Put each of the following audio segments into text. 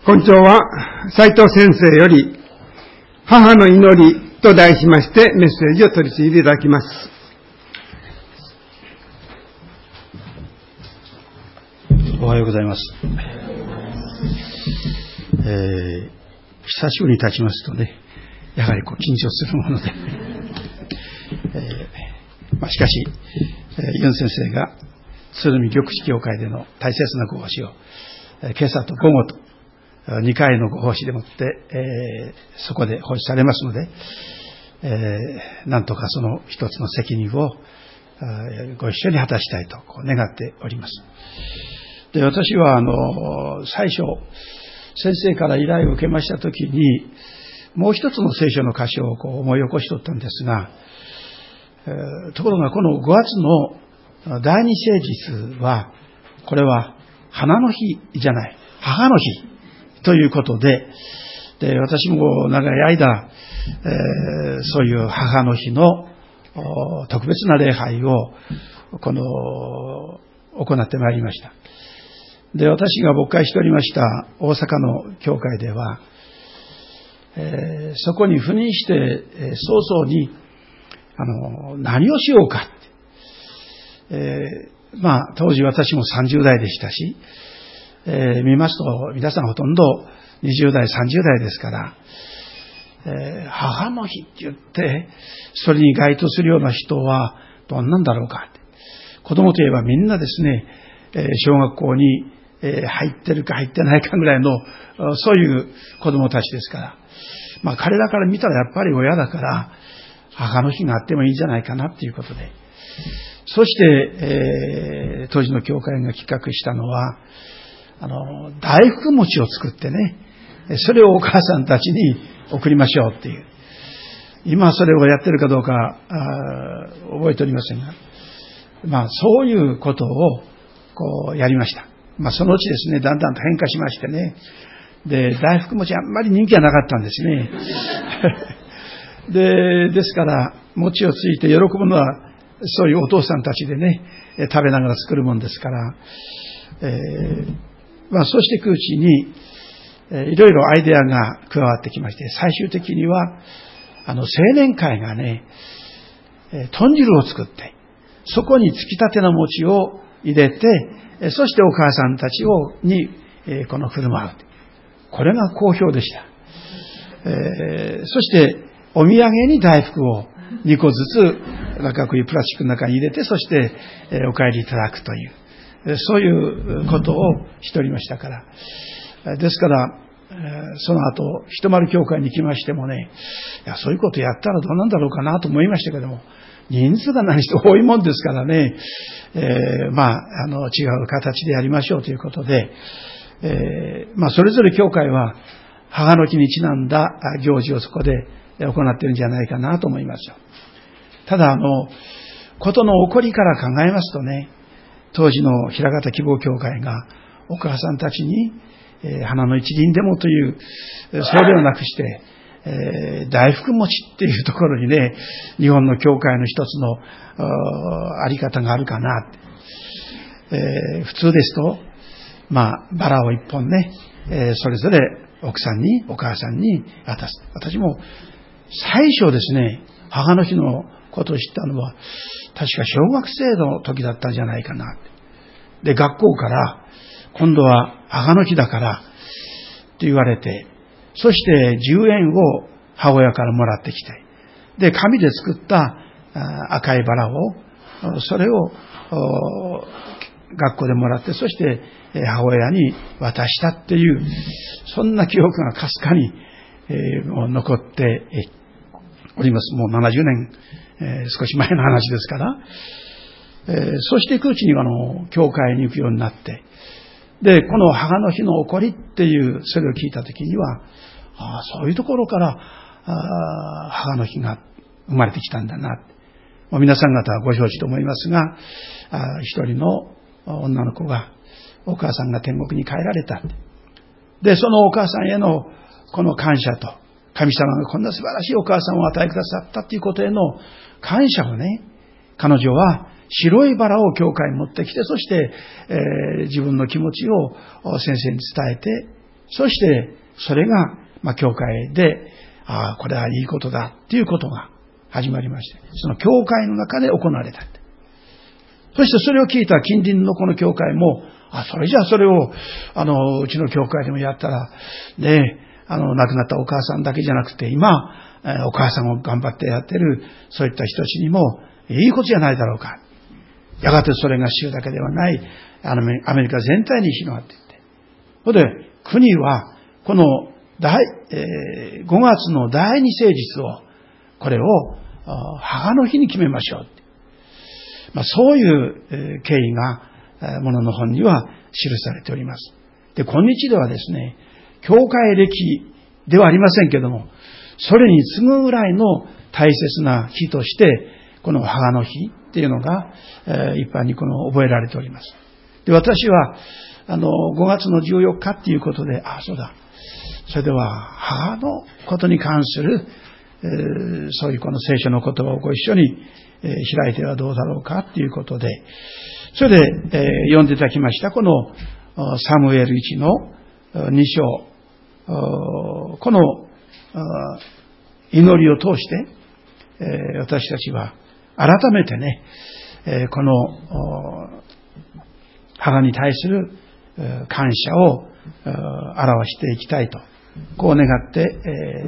今朝は斉藤先生より母の祈りと題しましてメッセージを取り次いでいただきます。 おはようございます。久しぶりに立ちますとね、やはり緊張するもので、しかし、ユン先生が鶴見緑地教会での大切なご奉仕を、今朝と午後と2回のご奉仕でもって、そこで奉仕されますので、なんとかその一つの責任をご一緒に果たしたいと願っております。で、私は最初先生から依頼を受けましたときに、もう一つの聖書の箇所を思い起こしとったんですが、ところがこの5月の第二聖日は、これは花の日じゃない、母の日ということで、私も長い間、そういう母の日の特別な礼拝を行ってまいりました。で、私が牧会しておりました大阪の教会では、そこに赴任して早々に何をしようかって、当時私も30代でしたし、見ますと皆さんほとんど20代30代ですから、母の日って言ってそれに該当するような人はどんなんだろうかって。子供といえばみんなですね、小学校に入ってるか入ってないかぐらいのそういう子供たちですから、彼らから見たらやっぱり親だから母の日があってもいいんじゃないかなっていうことで、そして、当時の教会が企画したのは大福餅を作ってね、それをお母さんたちに送りましょうっていう。今それをやってるかどうか覚えておりませんが、そういうことをやりました。そのうちですね、だんだんと変化しましてね、で、大福餅あんまり人気がなかったんですね。ですから餅をついて喜ぶのはそういうお父さんたちでね、食べながら作るもんですから、そうしていくうちに、いろいろアイデアが加わってきまして、最終的には、青年会がね、豚汁を作って、そこにつきたての餅を入れて、そしてお母さんたちに、振る舞う。これが好評でした。そして、お土産に大福を2個ずつ、こういうプラスチックの中に入れて、そして、お帰りいただくという。そういうことをしておりましたから。ですから、その後、ひとまる教会に行きましてもね、そういうことやったらどうなんだろうかなと思いましたけども、人数が何しろ多いもんですからね、違う形でやりましょうということで、それぞれ教会は母の日にちなんだ行事をそこで行っているんじゃないかなと思いますよ。ただ、ことの起こりから考えますとね、当時の平方希望教会がお母さんたちに、花の一輪でもという、そうではなくして、大福餅っていうところにね、日本の教会の一つのあり方があるかなって。普通ですと、バラを一本ね、それぞれ奥さんに、お母さんに渡す。私も最初ですね、母の日のことを知ったのは、確か小学生の時だったんじゃないかな。で、学校から、今度は母の日だから、と言われて、そして10円を母親からもらってきて、で、紙で作った赤いバラを、それを学校でもらって、そして母親に渡したっていう、そんな記憶がかすかに残っております。もう70年、少し前の話ですから、そしていくうちに教会に行くようになって、で、この母の日の起こりっていう、それを聞いたときには、そういうところから母の日が生まれてきたんだな。皆さん方はご承知と思いますが、一人の女の子が、お母さんが天国に帰られた。で、そのお母さんへのこの感謝と、神様がこんな素晴らしいお母さんを与えくださったということへの感謝をね、彼女は白いバラを教会に持ってきて、そして、自分の気持ちを先生に伝えて、 そしてそれが、教会で、これはいいことだっていうことが始まりまして、その教会の中で行われた。そしてそれを聞いた近隣のこの教会も、それじゃあそれを、うちの教会でもやったら、ね、亡くなったお母さんだけじゃなくて、今、お母さんを頑張ってやってる、そういった人たちにも、いいことじゃないだろうか。やがてそれが州だけではない、アメリカ全体に広がっていって。それで、国は、この5月の第二聖日を、これを、母の日に決めましょう。そういう経緯が、ものの本には記されております。で、今日ではですね、教会歴ではありませんけども、それに次ぐぐらいの大切な日として、この母の日っていうのが、一般に覚えられております。で、私は、5月の14日っていうことで、そうだ。それでは、母のことに関する、そういうこの聖書の言葉をご一緒に、開いてはどうだろうかっていうことで、それで、読んでいただきました、この、サムエル1の2章、この、祈りを通して、私たちは改めてね、この母に対する感謝を表していきたいと、こう願って、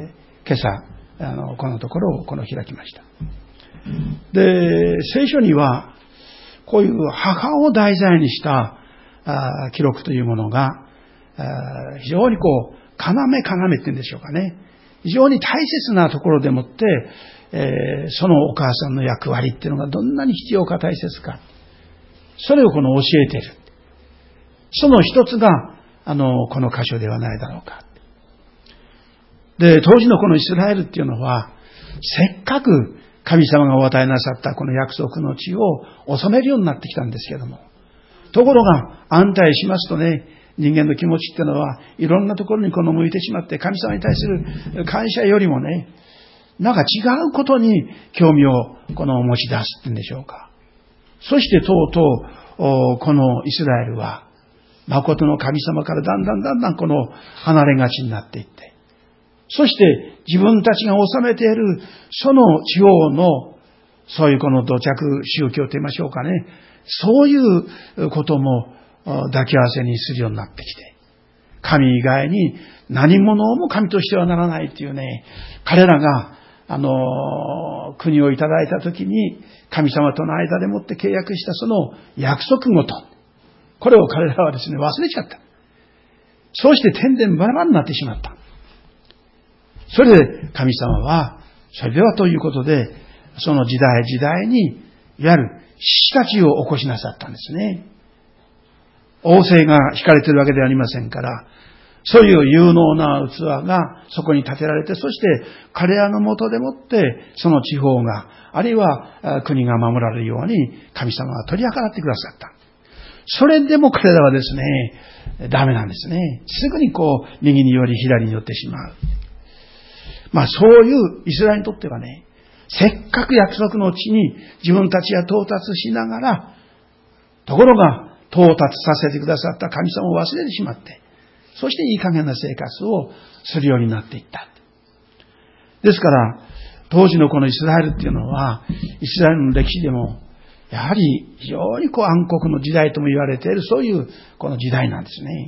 今朝このところを開きました。で、聖書にはこういう母を題材にした記録というものが非常に要っていうんでしょうかね。非常に大切なところでもって、そのお母さんの役割っていうのがどんなに必要か大切か。それを教えている。その一つが、この箇所ではないだろうか。で、当時のこのイスラエルっていうのは、せっかく神様がお与えなさったこの約束の地を治めるようになってきたんですけども。ところが、安泰しますとね、人間の気持ちっていうのは、いろんなところに向いてしまって、神様に対する感謝よりもね、なんか違うことに興味を持ち出すっていうんでしょうか。そしてとうとう、このイスラエルは、誠の神様からだんだん離れがちになっていって、そして自分たちが治めている、その地方の、そういう土着宗教と言いましょうかね、そういうことも抱き合わせにするようになってきて、神以外に何者も神としてはならないっていうね、彼らが、国をいただいたときに、神様との間でもって契約したその約束ごと、これを彼らはですね、忘れちゃった。そうして天でバラバラになってしまった。それで神様は、それではということで、その時代に、いわゆる獅子たちを起こしなさったんですね。王政が敷かれているわけではありませんから、そういう有能な器がそこに建てられて、そして彼らの下でもって、その地方が、あるいは国が守られるように神様が取り計らってくださった。それでも彼らはですね、ダメなんですね。すぐに右により左に寄ってしまう。そういうイスラエルにとってはね、せっかく約束の地に自分たちが到達しながら、ところが到達させてくださった神様を忘れてしまって、そしていい加減な生活をするようになっていった。ですから、当時のこのイスラエルっていうのは、イスラエルの歴史でも、やはり非常に暗黒の時代とも言われている、そういうこの時代なんですね。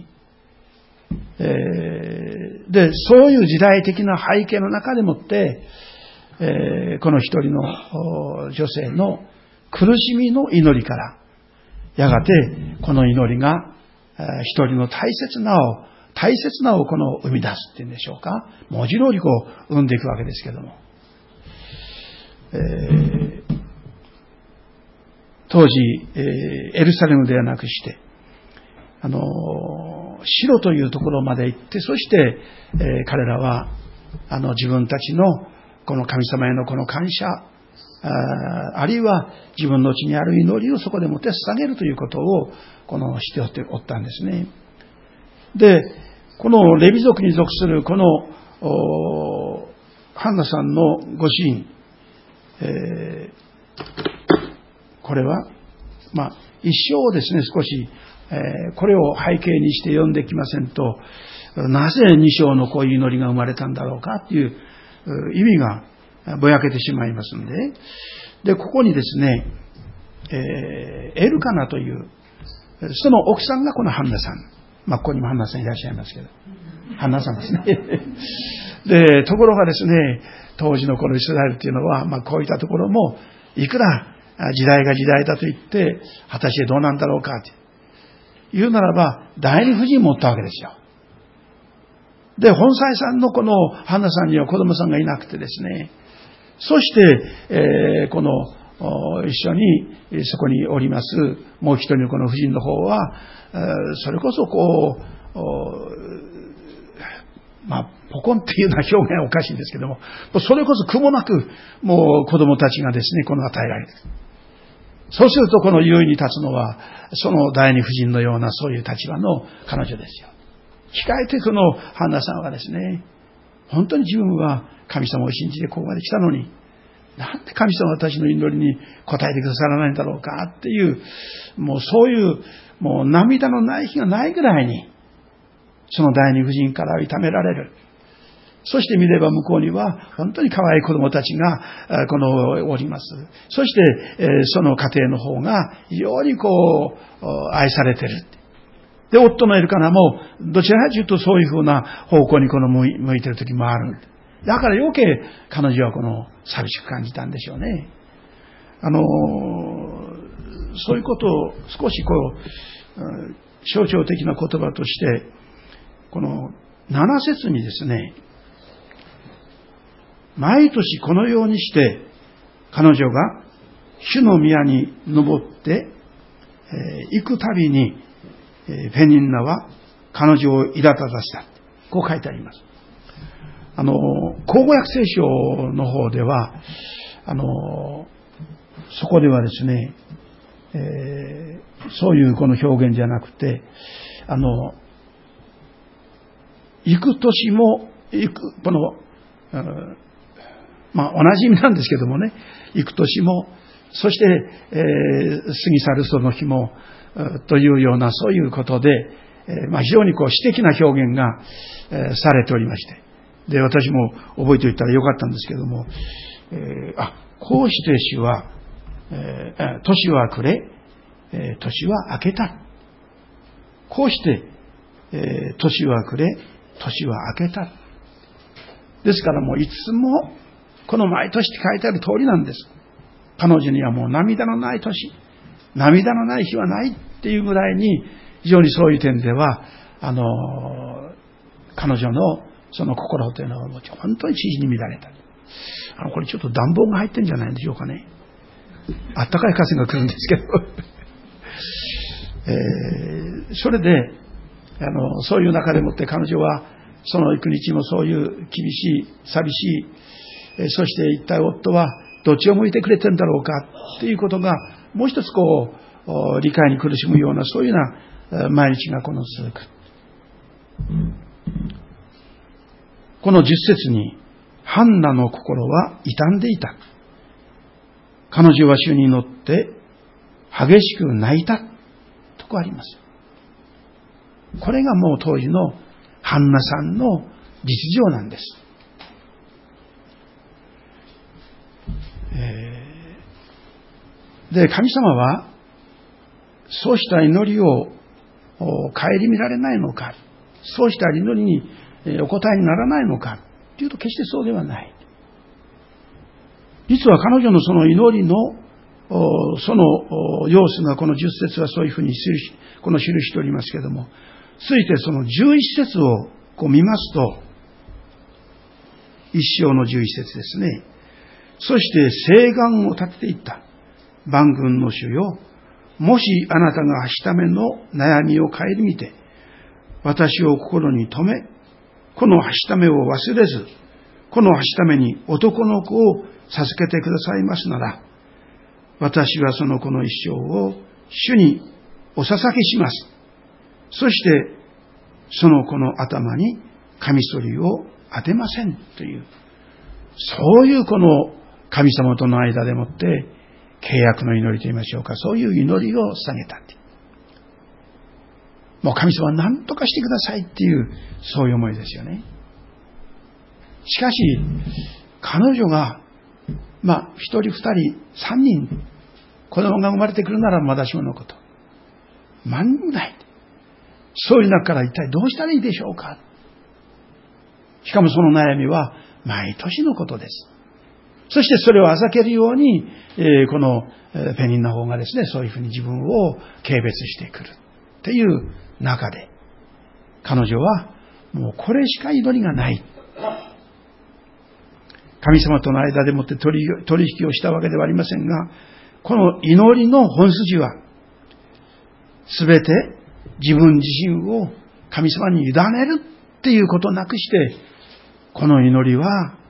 で、そういう時代的な背景の中でもって、この一人の女性の苦しみの祈りから、やがてこの祈りが一人の大切なを生み出すっていうんでしょうか。文字通り生んでいくわけですけども。当時、エルサレムではなくして、シロというところまで行って、そして、彼らは、自分たちのこの神様へのこの感謝、あるいは自分の地にある祈りをそこでもって捧げるということを、しておったんですね。で、このレビ族に属するこの、ハンナさんのご主人、これは、一生をですね、少し、これを背景にして読んできませんと、 なぜ2章のこういう祈りが生まれたんだろうかっていう意味がぼやけてしまいますんで、で、ここにですね、エルカナという、その奥さんがこのハンナさん。ここにもハンナさんいらっしゃいますけど、ハンナさんですね。で、ところがですね、当時のこのイスラエルっていうのは、こういったところも、いくら時代が時代だと言って、果たしてどうなんだろうかって言うならば、第二夫人持ったわけですよ。で、本妻さんのこのハンナさんには子供さんがいなくてですね、そして、この一緒にそこにおりますもう一人のこの夫人の方は、それこそこう、ポコンっていうような表現はおかしいんですけども、それこそ苦もなくもう子供たちがですね、この与えられている。そうするとこの優位に立つのは、その第二夫人のようなそういう立場の彼女ですよ。控えてこのハンナさんはですね、本当に自分は神様を信じてここまで来たのに、なんで神様は私の祈りに応えてくださらないんだろうかっていう、もうそういう、もう涙のない日がないぐらいに、その第二夫人から痛められる。そして見れば向こうには本当に可愛い子供たちがおります。そしてその家庭の方が非常に愛されている。で、夫のエルカナもどちらかというとそういうふうな方向に向いている時もある。だから余計彼女は寂しく感じたんでしょうね。そういうことを少し象徴的な言葉として、この7節にですね、毎年このようにして彼女が主の宮に登って行くたびにペニンナは彼女を苛立たせた。こう書いてあります。口語訳聖書の方では、そこではですね、そういうこの表現じゃなくて、行く年も、同じ意味なんですけどもね、行く年も、そして、過ぎ去るその日も、というようなそういうことで、非常に詩的な表現が、されておりまして、で、私も覚えておいたらよかったんですけども、こうして主は、年は暮れ、年は明けた。こうして、年は暮れ、年は明けた。ですからもういつも、この毎年って書いてある通りなんです。彼女にはもう涙のない年、涙のない日はないっていうぐらいに、非常にそういう点では、彼女のその心というのはもう本当に縮に乱れた。これちょっと暖房が入ってるんじゃないんでしょうかね。あったかい風が来るんですけど、それでそういう中でもって彼女はその幾日もそういう厳しい寂しい、そして一体夫はどっちを向いてくれてるんだろうかっていうことがもう一つ理解に苦しむようなそういうような毎日が続く。この10節にハンナの心は傷んでいた。彼女は主に乗って激しく泣いたとこうあります。これがもう当時のハンナさんの実情なんです。で、神様はそうした祈りを顧みられないのか、そうした祈りにお答えにならないのかというと決してそうではない。実は彼女のその祈りのその様子がこの10節はそういうふうに記しておりますけれども、ついてその11節を見ますと、一章の11節ですね。そして誓願を立てていった。万軍の主よ、もしあなたがはしための悩みを顧みて、私を心に留め、このはしためを忘れず、このはしために男の子を授けてくださいますなら、私はその子の一生を主にお捧げします。そして、その子の頭にカミソリを当てませんという、そういうこの神様との間でもって契約の祈りと言いましょうか、そういう祈りを捧げた。 もう神様は何とかしてくださいっていう、そういう思いですよね。しかし、彼女が、一人、二人、三人、子供が生まれてくるならまだしものこと。何もない。そういう中から一体どうしたらいいでしょうか。しかもその悩みは毎年のことです。そしてそれをあざけるように、このペニンの方がですね、そういうふうに自分を軽蔑してくるっていう中で、彼女はもうこれしか祈りがない。神様との間でもって取引をしたわけではありませんが、この祈りの本筋は、すべて自分自身を神様に委ねるっていうことをなくして、この祈りは、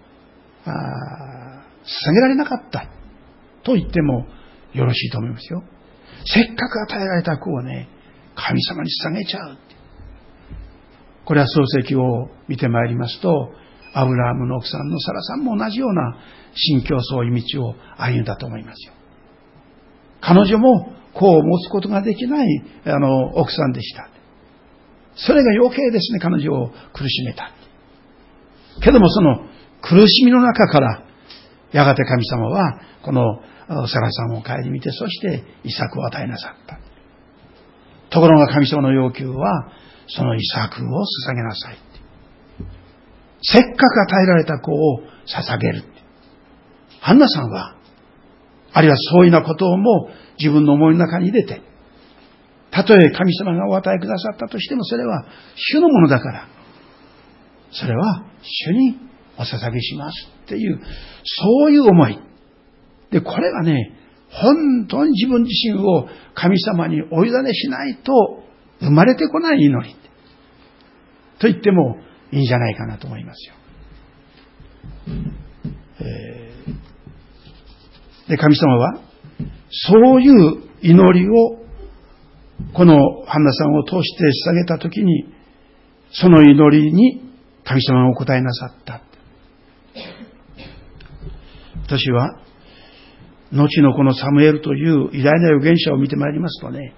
捧げられなかったと言ってもよろしいと思いますよ。せっかく与えられた子をね、神様に捧げちゃう。これは創世記を見てまいりますと、アブラハムの奥さんのサラさんも同じような心境、そういう道を歩んだと思いますよ。彼女も子を持つことができない奥さんでした。それが余計ですね、彼女を苦しめた。けどもその苦しみの中から、やがて神様はこのサラさんを顧みて、そしてイサクを与えなさった。ところが神様の要求は、そのイサクを捧げなさい。せっかく与えられた子を捧げる。ハンナさんは、あるいはそういうようなことをも自分の思いの中に入れて、たとえ神様がお与えくださったとしても、それは主のものだから、それは主にお捧げしますっていう、そういう思い。で、これがね、本当に自分自身を神様にお委ねしないと生まれてこない祈り。と言ってもいいんじゃないかなと思いますよ。で、神様は、そういう祈りを、このハンナさんを通して捧げたときに、その祈りに神様がお答えなさった。私は、後のこのサムエルという偉大な預言者を見てまいりますとね、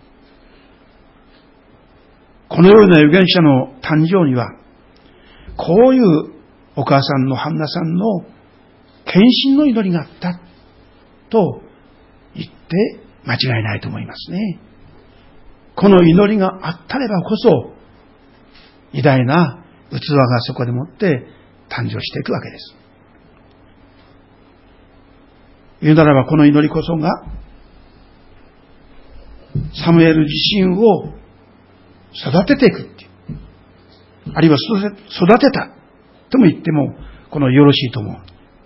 このような預言者の誕生には、こういうお母さんのハンナさんの献身の祈りがあったと言って間違いないと思いますね。この祈りがあったればこそ、偉大な器がそこでもって誕生していくわけです。言うならばこの祈りこそが、サムエル自身を育てていくっていう。あるいは育てたとも言っても、このよろしいと思う。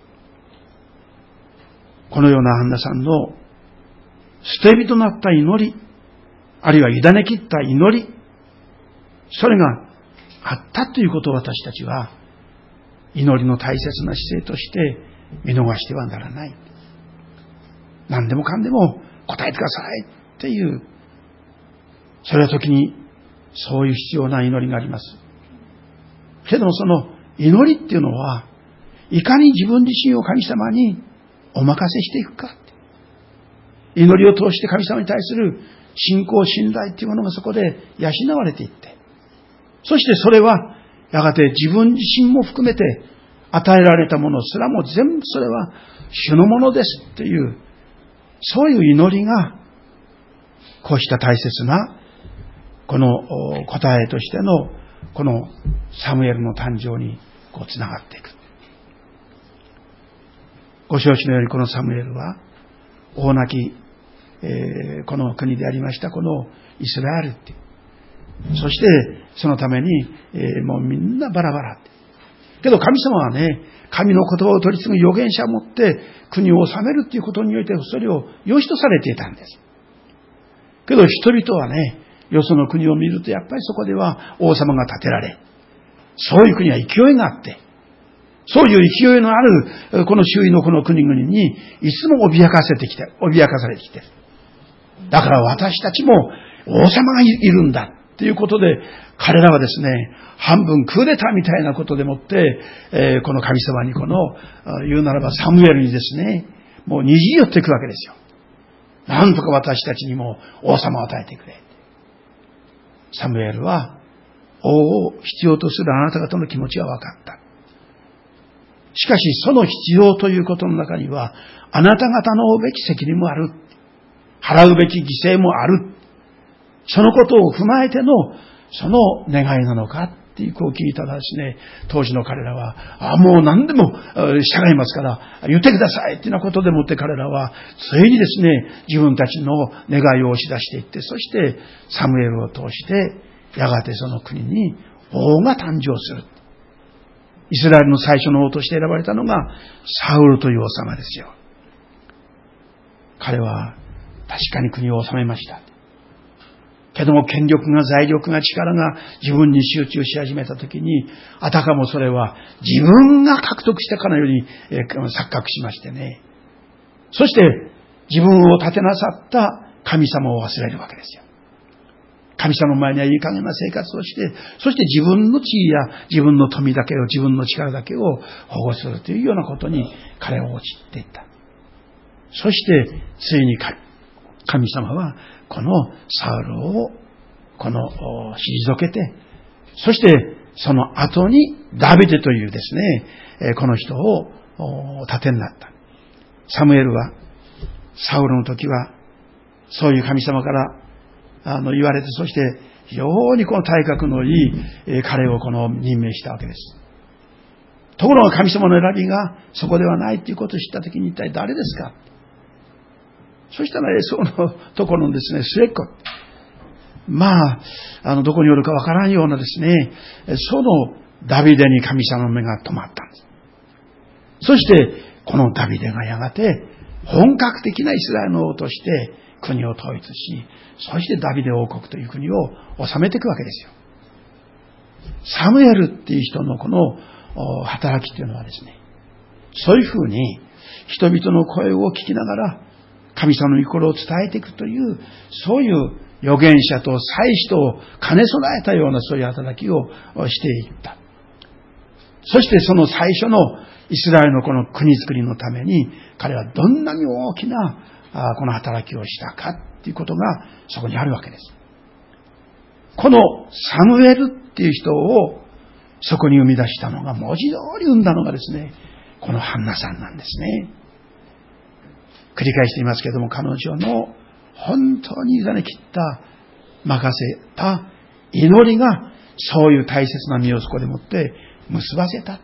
このようなハンナさんの捨て身となった祈り、あるいは委ね切った祈り、それがあったということを私たちは、祈りの大切な姿勢として見逃してはならない。何でもかんでも答えてくださいっていう、それは時にそういう必要な祈りがあります。けどもその祈りっていうのは、いかに自分自身を神様にお任せしていくか。祈りを通して神様に対する信仰、信頼っていうものがそこで養われていって、そしてそれはやがて自分自身も含めて与えられたものすらも全部それは主のものですっていう、そういう祈りがこうした大切なこの答えとしてのこのサムエルの誕生にこうつながっていく。ご承知のようにこのサムエルは大なき、この国でありましたこのイスラエルって、そしてそのために、もうみんなバラバラって。けど神様はね、神の言葉を取り継ぐ預言者を持って国を治めるっていうことにおいてそれを良しとされていたんです。けど人々はね、よその国を見るとやっぱりそこでは王様が建てられ、そういう国は勢いがあって、そういう勢いのあるこの周囲のこの国々にいつも脅かされてきてる。だから私たちも王様がいるんだっていうことで、彼らはですね、半分クーデターみたいなことでもって、この神様に言うならばサムエルにですね、もうにじ寄っていくわけですよ。なんとか私たちにも王様を与えてくれ。 サムエルは王を必要とするあなた方の気持ちは分かった。しかしその必要ということの中には、あなた方の負うべき責任もある。払うべき犠牲もある。そのことを踏まえてのその願いなのかっていうこう聞いたらですね、当時の彼らは、もう何でも従いますから言ってくださいっていうようなことでもって彼らはついにですね、自分たちの願いを押し出していって、そしてサムエルを通してやがてその国に王が誕生する。イスラエルの最初の王として選ばれたのがサウルという王様ですよ。彼は確かに国を治めました。けども権力が、財力が、力が自分に集中し始めたときに、あたかもそれは自分が獲得したかのように錯覚しましてね。そして自分を立てなさった神様を忘れるわけですよ。神様の前にはいい加減な生活をして、そして自分の地位や自分の富だけを、自分の力だけを保護するというようなことに彼は陥っていった。そしてついに神様はこのサウルを退けて、そしてその後にダビデというですね、この人を盾になった。サムエルはサウルの時はそういう神様から言われて、そして非常にこの体格のいい彼を任命したわけです。ところが神様の選びがそこではないということを知った時に、一体誰ですか。そしたらエソのところのですね、末っ子。どこにおるかわからんようなですね、そのダビデに神様の目が止まったんです。そして、このダビデがやがて本格的なイスラエルの王として国を統一し、そしてダビデ王国という国を治めていくわけですよ。サムエルっていう人のこの働きというのはですね、そういうふうに人々の声を聞きながら、神様の御心を伝えていくという、そういう預言者と祭司と兼ね備えたようなそういう働きをしていった。そしてその最初のイスラエルのこの国づくりのために、彼はどんなに大きなこの働きをしたかっていうことがそこにあるわけです。このサムエルっていう人をそこに生み出したのが、文字通り生んだのがですね、このハンナさんなんですね。繰り返していますけれども、彼女の本当に委ね切った、任せた祈りが、そういう大切な実をそこでもって結ばせた。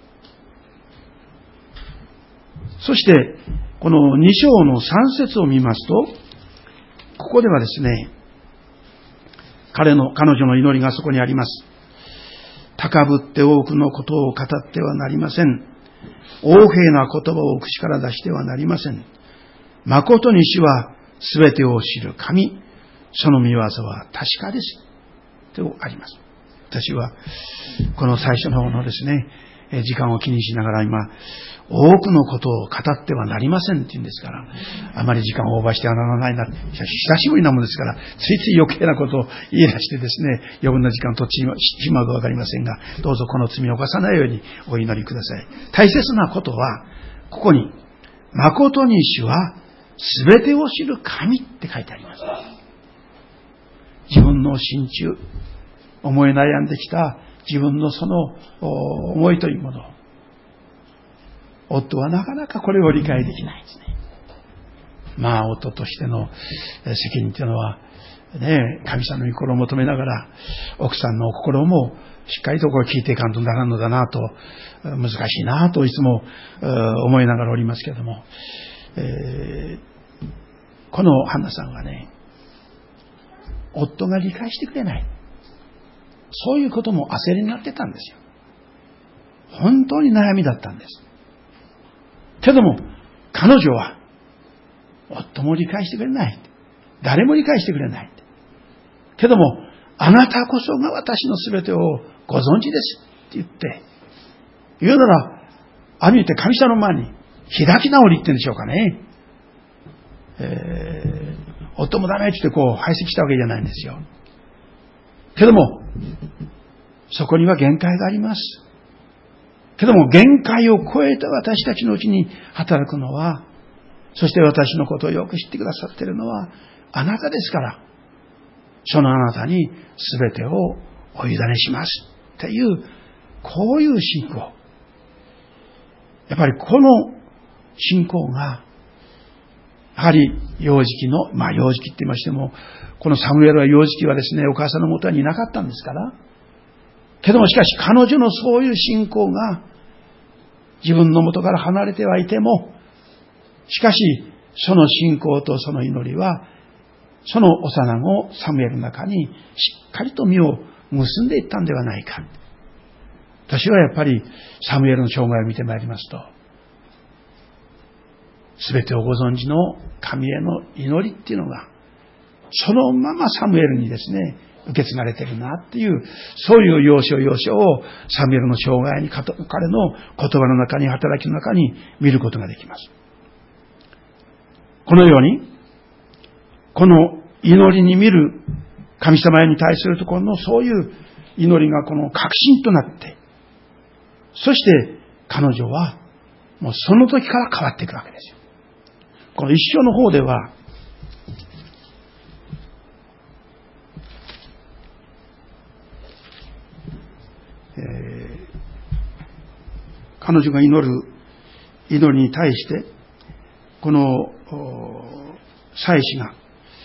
そして、この2章の3節を見ますと、ここではですね、彼女の祈りがそこにあります。高ぶって多くのことを語ってはなりません。横柄な言葉を口から出してはなりません。誠に主はすべてを知る神、その御業は確かです。とあります。私はこの最初の方のですね、時間を気にしながら今、多くのことを語ってはなりませんって言うんですから、あまり時間をオーバーしてはならないな。久しぶりなものですから、ついつい余計なことを言い出してですね、余分な時間を取ってしまうかわかりませんが、どうぞこの罪を犯さないようにお祈りください。大切なことは、ここに、誠に主はすべてを知る神って書いてあります。自分の心中、思い悩んできた自分のその思いというものを、夫はなかなかこれを理解できないですね。夫としての責任というのは、神様の御心を求めながら、奥さんの心もしっかりとこれ聞いていかんとならんのだなと、難しいなといつも思いながらおりますけれども、このハンナさんはね、夫が理解してくれない。そういうことも焦りになってたんですよ。本当に悩みだったんです。けども、彼女は、夫も理解してくれない。誰も理解してくれない。けども、あなたこそが私のすべてをご存知ですって言って、言うなら、ある意味で神様の前に開き直りって言うんでしょうかね。夫もダメって言って排斥したわけじゃないんですよ。けども、そこには限界があります。けども、限界を超えた私たちのうちに働くのは、そして私のことをよく知ってくださっているのは、あなたですから。 そのあなたに全てをお委ねしますっていう、こういう信仰。やっぱりこの信仰が、やはり幼児期の、幼児期って言いましても、このサムエルは幼児期はですね、お母さんのもとにいなかったんですから。けどもしかし彼女のそういう信仰が、自分の元から離れてはいても、しかしその信仰とその祈りは、その幼子サムエルの中にしっかりと実を結んでいったんではないか。私はやっぱりサムエルの生涯を見てまいりますと、すべてをご存知の神への祈りっていうのが、そのままサムエルにですね、受け継がれているなっていう、そういう要所要所をサムエルの生涯に、彼の言葉の中に、働きの中に見ることができます。このように、この祈りに見る神様に対するところのそういう祈りがこの確信となって、そして彼女はもうその時から変わっていくわけですよ。この一章の方では、彼女が祈る祈りに対して、この祭司が、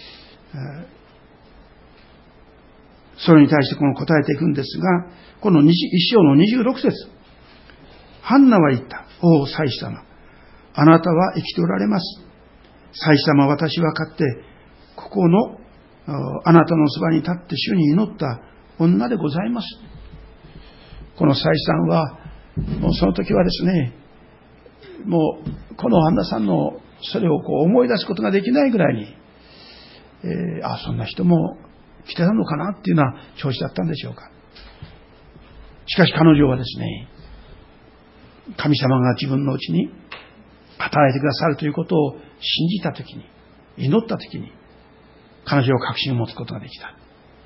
それに対してこの答えていくんですが、この一章の26節、ハンナは言った。お祭司様、あなたは生きておられます。祭司様、私はかってここのあなたのそばに立って主に祈った女でございます。この祭司さんはもうその時はですね、もうこのハンナさんのそれを思い出すことができないぐらいに、そんな人も来てたのかなっていうような調子だったんでしょうか。しかし彼女はですね、神様が自分のうちに働いてくださるということを信じたときに、祈ったときに、彼女は確信を持つことができた。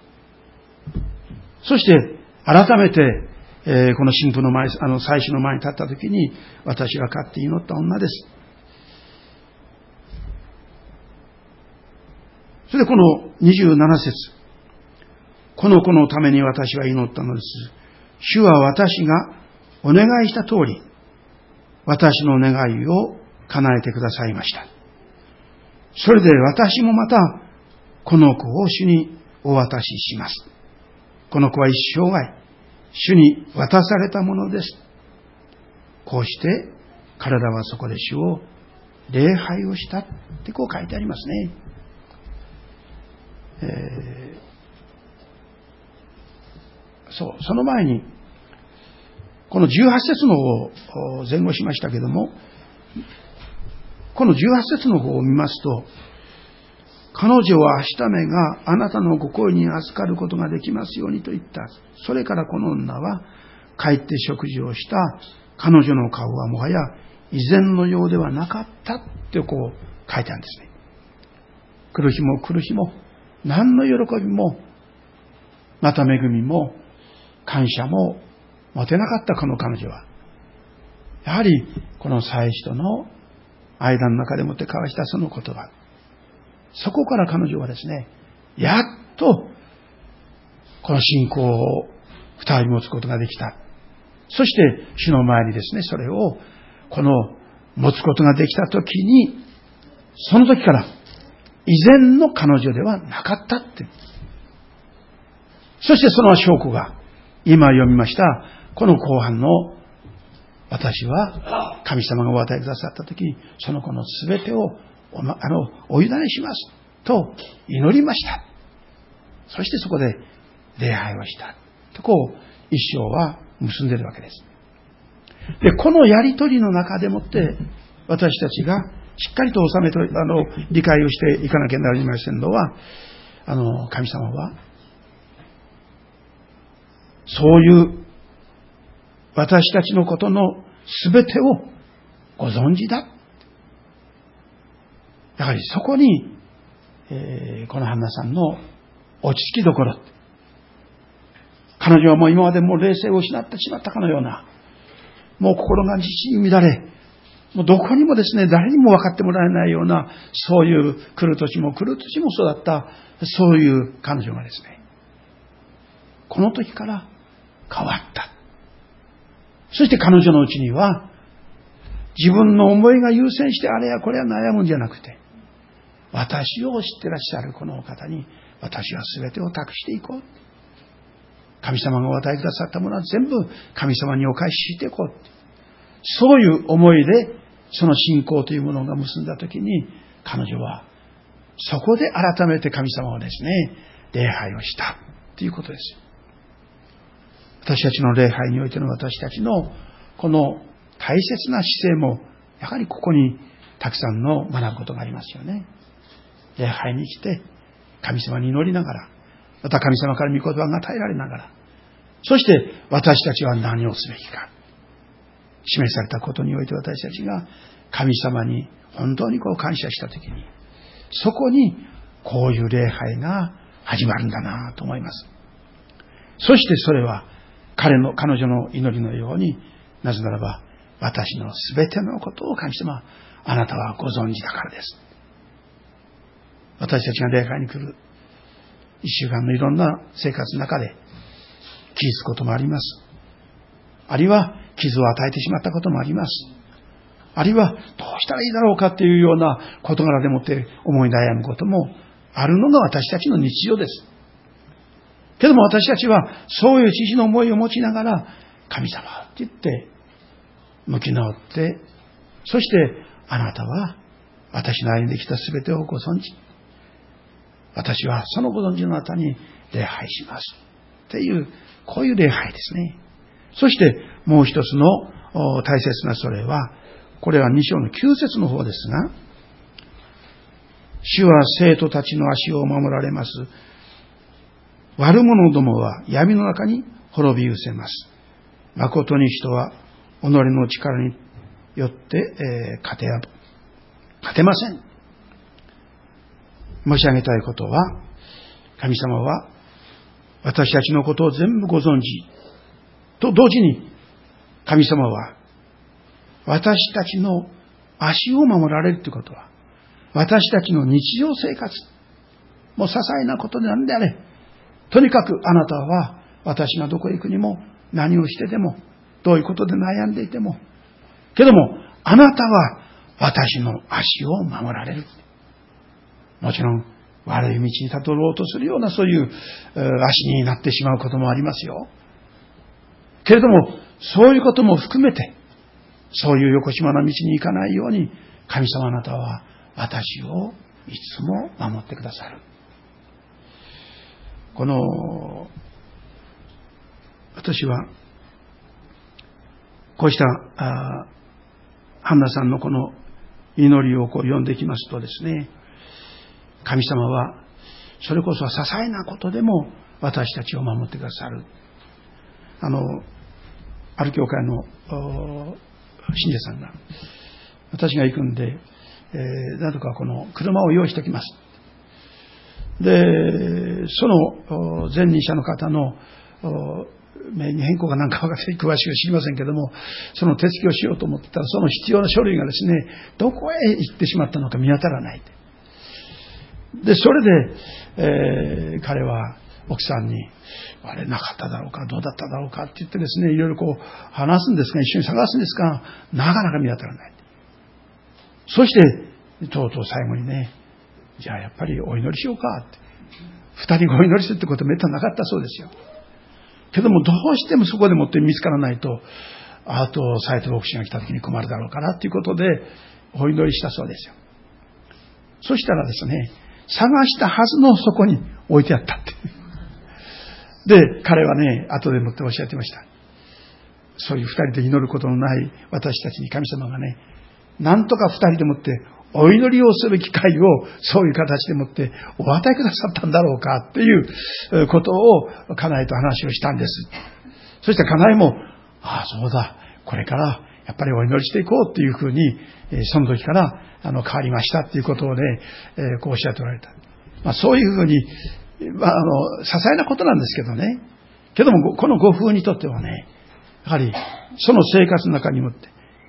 そして改めて、この神父の前、祭司の前に立ったときに、私は勝って祈った女です。それでこの27節、この子のために私は祈ったのです。主は私がお願いした通り、私の願いを叶えてくださいました。それで私もまたこの子を主にお渡しします。この子は一生涯主に渡されたものです。こうして彼らはそこで主を礼拝をしたってこう書いてありますね。その前にこの18節の方を前後しましたけども、この18節の方を見ますと、彼女は明日目があなたのご声に預かることができますようにと言った。それからこの女は帰って食事をした彼女の顔はもはや以前のようではなかったってこう書いてあるんですね。来る日も来る日も何の喜びもまた恵みも感謝も持てなかったこの彼女は、やはりこの祭司との間の中でもって交わしたその言葉、そこから彼女はですね、やっとこの信仰を二人持つことができた。そして主の前にですね、それをこの持つことができたときに、その時から以前の彼女ではなかったって。そしてその証拠が今読みましたこの後半の、私は神様がお与えくださったときにその子のすべてをお委ねしますと祈りました。そしてそこで礼拝をしたとこう一章は結んでいるわけです。で、このやりとりの中でもって私たちがしっかりと収めて理解をしていかなきゃなりませんのは、神様はそういう私たちのことのすべてをご存知だ。やはりそこに、このハンナさんの落ち着きどころ。彼女はもう今までもう冷静を失ってしまったかのような、もう心が自信に乱れ、 もうどこにもですね、誰にも分かってもらえないような、そういう来る土地も育った、そういう彼女がですね、この時から変わった。そして彼女のうちには、自分の思いが優先してあれやこれや悩むんじゃなくて、私を知ってらっしゃるこのお方に、私は全てを託していこう。神様がお与えくださったものは全部神様にお返ししていこう。そういう思いで、その信仰というものが結んだときに、彼女は、そこで改めて神様をですね、礼拝をしたということです。私たちの礼拝においての私たちのこの大切な姿勢も、やはりここにたくさんの学ぶことがありますよね。礼拝に来て、神様に祈りながら、また神様から御言葉が与えられながら、そして私たちは何をすべきか。示されたことにおいて私たちが神様に本当に感謝したときに、そこにこういう礼拝が始まるんだなと思います。そしてそれは彼女の祈りのように、なぜならば私のすべてのことを神様、あなたはご存知だからです。私たちが礼拝に来る一週間のいろんな生活の中で気づくこともあります。あるいは傷を与えてしまったこともあります。あるいはどうしたらいいだろうかというような事柄でもって思い悩むこともあるのが私たちの日常です。けども私たちはそういう父の思いを持ちながら、神様って言って向き直って、そしてあなたは私の歩んできたすべてをご存知。私はそのご存知のあなたに礼拝します。っていう、こういう礼拝ですね。そしてもう一つの大切なそれは、これは2章の9節の方ですが、主は生徒たちの足を守られます。悪者どもは闇の中に滅び失せます。誠に人は己の力によって勝てません。申し上げたいことは、神様は私たちのことを全部ご存知と同時に、神様は私たちの足を守られるということは、私たちの日常生活、もう些細なことでなんであれ、とにかくあなたは私がどこへ行くにも、何をしてでも、どういうことで悩んでいても、けどもあなたは私の足を守られる。もちろん悪い道にたどろうとするようなそういう足になってしまうこともありますよ。けれどもそういうことも含めて、そういう横島な道に行かないように、神様あなたは私をいつも守ってくださる。この私はこうしたハンナさんのこの祈りを読んできますとですね、神様はそれこそ些細なことでも私たちを守ってくださる。ある教会の信者さんが、私が行くんで、なんとかこの車を用意しておきます。で、その前任者の方の名義変更かなんか詳しくは知りませんけども、その手続きをしようと思ってたら、その必要な書類がですね、どこへ行ってしまったのか見当たらない。で、それで、彼は奥さんに、あれなかっただろうか、どうだっただろうかって言ってですね、いろいろ話すんですが、一緒に探すんですが、なかなか見当たらない。そして、とうとう最後にね、じゃあやっぱりお祈りしようかって。二人がお祈りするってことはめったになかったそうですよ。けどもどうしてもそこでもって見つからないと、あと斎藤牧師が来た時に困るだろうからっていうことでお祈りしたそうですよ。そしたらですね、探したはずのそこに置いてあったって。で、彼はね、後でもっておっしゃってました。そういう二人で祈ることのない私たちに神様がね、なんとか二人でもってお祈りをする機会をそういう形でもってお与えくださったんだろうかっていうことを家内と話をしたんです。そして家内も、ああそうだ、これからやっぱりお祈りしていこうっていうふうに、その時から変わりましたっていうことをね、こうおっしゃっておられた。そういうふうに、些細なことなんですけどね。けどもこのご夫婦にとってはね、やはりその生活の中にもって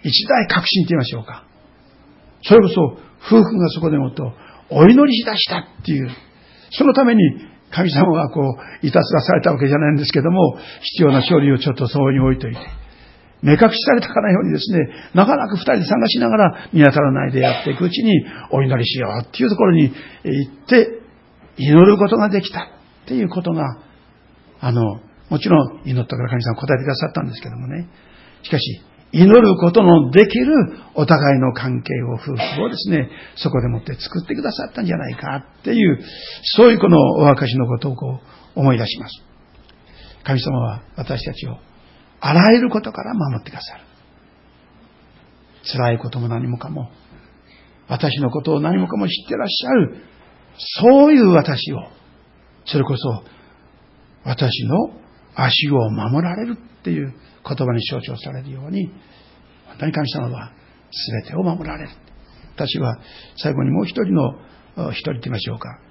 一大革新と言いましょうか。それこそ夫婦がそこでもとお祈りしだしたっていう、そのために神様はいたずらされたわけじゃないんですけども、必要な処理をちょっとそこに置いといて、目隠しされたかのようにですね、なかなか二人で探しながら見当たらないでやっていくうちにお祈りしようっていうところに行って祈ることができたっていうことが、もちろん祈ったから神様答えてくださったんですけどもね。しかし、祈ることのできるお互いの関係を、夫婦をですね、そこでもって作ってくださったんじゃないかっていう、そういうこのお証しのことを思い出します。神様は私たちをあらゆることから守ってくださる。辛いことも何もかも、私のことを何もかも知ってらっしゃる、そういう私を、それこそ私の足を守られるっていう言葉に象徴されるように、本当に神様は全てを守られる。私は最後にもう一人と言いましょうか、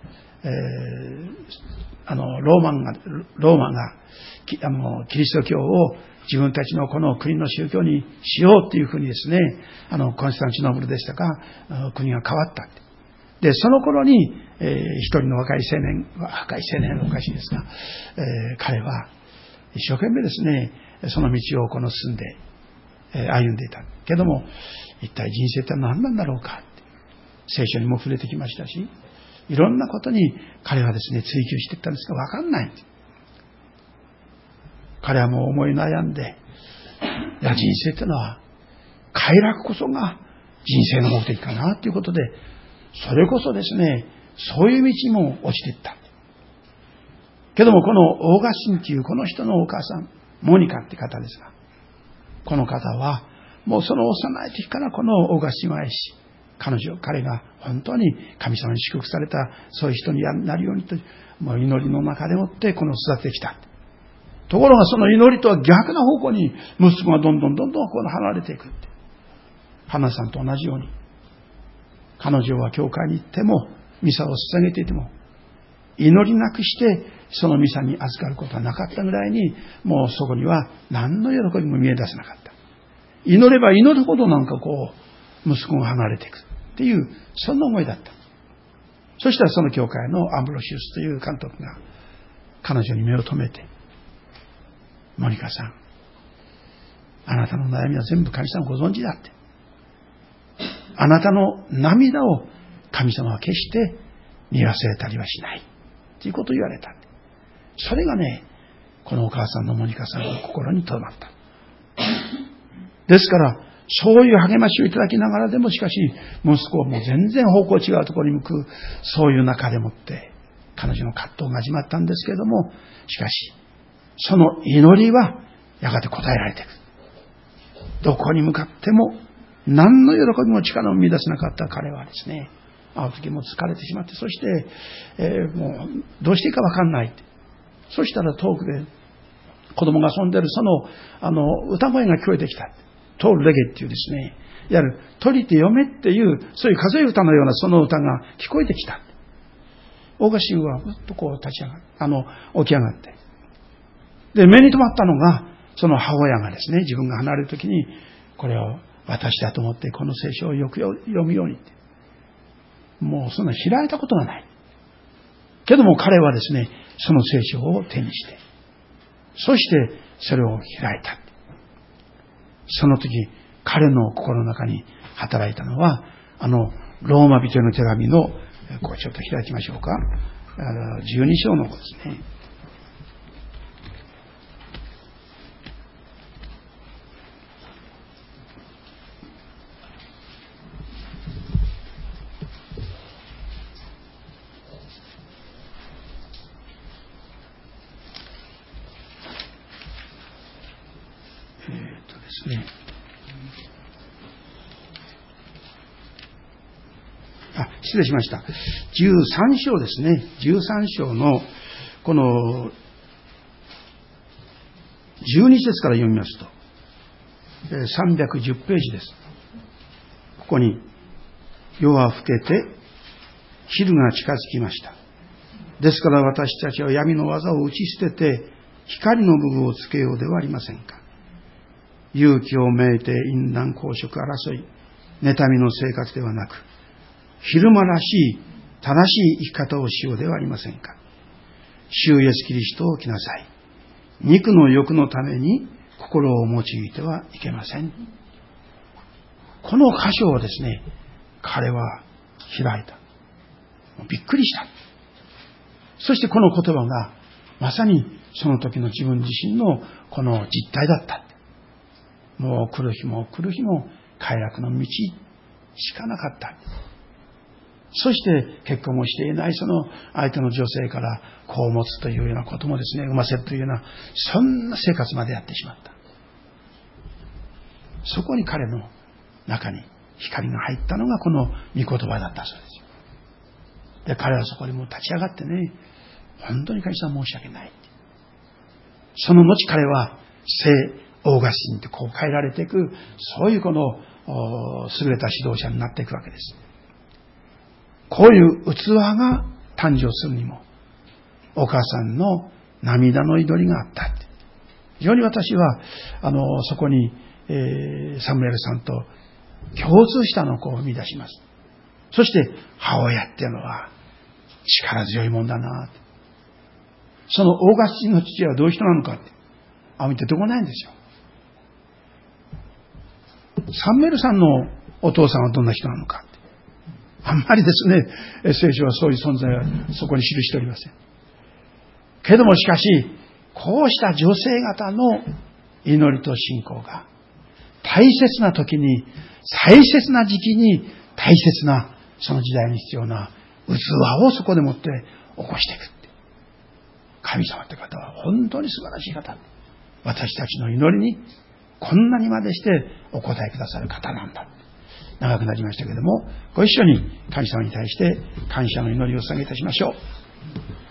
ローマがキリスト教を自分たちのこの国の宗教にしようっていうふうにですね、コンスタンチノープルでしたか、国が変わった。で、その頃に、一人の若い青年はおかしいですが、彼は一生懸命ですね、その道を進んで、歩んでいた。けども、一体人生って何なんだろうかって、聖書にも触れてきましたし、いろんなことに彼はですね、追求していったんですが、わかんない。彼はもう思い悩んで、いや、人生ってのは、快楽こそが人生の目的かなということで、それこそですね、そういう道にも落ちていった。けども、このオーガスティンというこの人のお母さん、モニカって方ですが、この方は、もうその幼い時からこのオーガスティンを愛し、彼が本当に神様に祝福された、そういう人になるようにと、もう祈りの中でもって育ててきた。ところがその祈りとは逆な方向に息子がどんどん離れていく。ハナさんと同じように、彼女は教会に行っても、ミサを捧げていても、祈りなくしてそのミサに預かることはなかったぐらいに、もうそこには何の喜びも見え出せなかった。祈れば祈るほど息子が離れていくっていう、そんな思いだった。そしたらその教会のアンブロシウスという監督が彼女に目を留めて、モニカさん、あなたの悩みは全部神様ご存知だって。あなたの涙を神様は決して見忘れたりはしないということを言われた。それがね、このお母さんのモニカさんの心に留まった。ですから、そういう励ましをいただきながらでも、しかし息子をもう全然方向違うところに向く、そういう中でもって彼女の葛藤が始まったんですけれども、しかしその祈りはやがて答えられていく。どこに向かっても何の喜びも力を見出せなかった彼はですね、ある時も疲れてしまって、そして、もうどうしていいか分かんない。そしたら遠くで子供が遊んでるその歌声が聞こえてきた。トールレゲっていうですね、いわゆる鳥って読めっていう、そういう数え歌のようなその歌が聞こえてきた。オーガシウはふっと立ち上がる、起き上がって。で、目に留まったのが、その母親がですね、自分が離れるときに、これを私だと思ってこの聖書をよく読むようにって。もうそんな開いたことがない。けども彼はですね、その聖書を手にして、そしてそれを開いた。その時、彼の心の中に働いたのは、ローマ人への手紙の、ちょっと開きましょうか。12章の方ですね。ですね。失礼しました。13章ですね。13章のこの12節から読みますと、310ページです。ここに、夜は更けて昼が近づきました。ですから私たちは闇の技を打ち捨てて光の部分をつけようではありませんか。 勇気をめいて淫乱公職争い、妬みの生活ではなく、昼間らしい正しい生き方をしようではありませんか。主イエスキリストを着なさい。肉の欲のために心を用いてはいけません。この箇所をですね、彼は開いた。びっくりした。そしてこの言葉がまさにその時の自分自身のこの実態だった。もう来る日も来る日も快楽の道しかなかった。そして結婚もしていないその相手の女性から子を持つというようなこともですね、産ませるというような、そんな生活までやってしまった。そこに彼の中に光が入ったのがこの御言葉だったそうですよ。で、彼はそこにもう立ち上がってね、本当に神様申し訳ない。その後彼は聖オーガスティンってこう変えられていく、そういうこの優れた指導者になっていくわけです。こういう器が誕生するにも、お母さんの涙の祈りがあったって。非常に私は、そこに、サムエルさんと共通したのをこう見出します。そして、母親っていうのは力強いもんだなって。そのオーガスティンの父はどういう人なのかって。見てどこないんですよ。サムエルさんのお父さんはどんな人なのかって。あんまりですね、聖書はそういう存在はそこに記しておりません。けどもしかし、こうした女性方の祈りと信仰が、大切な時に、大切な時期に、大切なその時代に必要な器をそこでもって起こしていく。神様って方は本当に素晴らしい方。私たちの祈りにこんなにまでしてお答えくださる方なんだ。長くなりましたけれども、ご一緒に神様に対して感謝の祈りを捧げいたしましょう。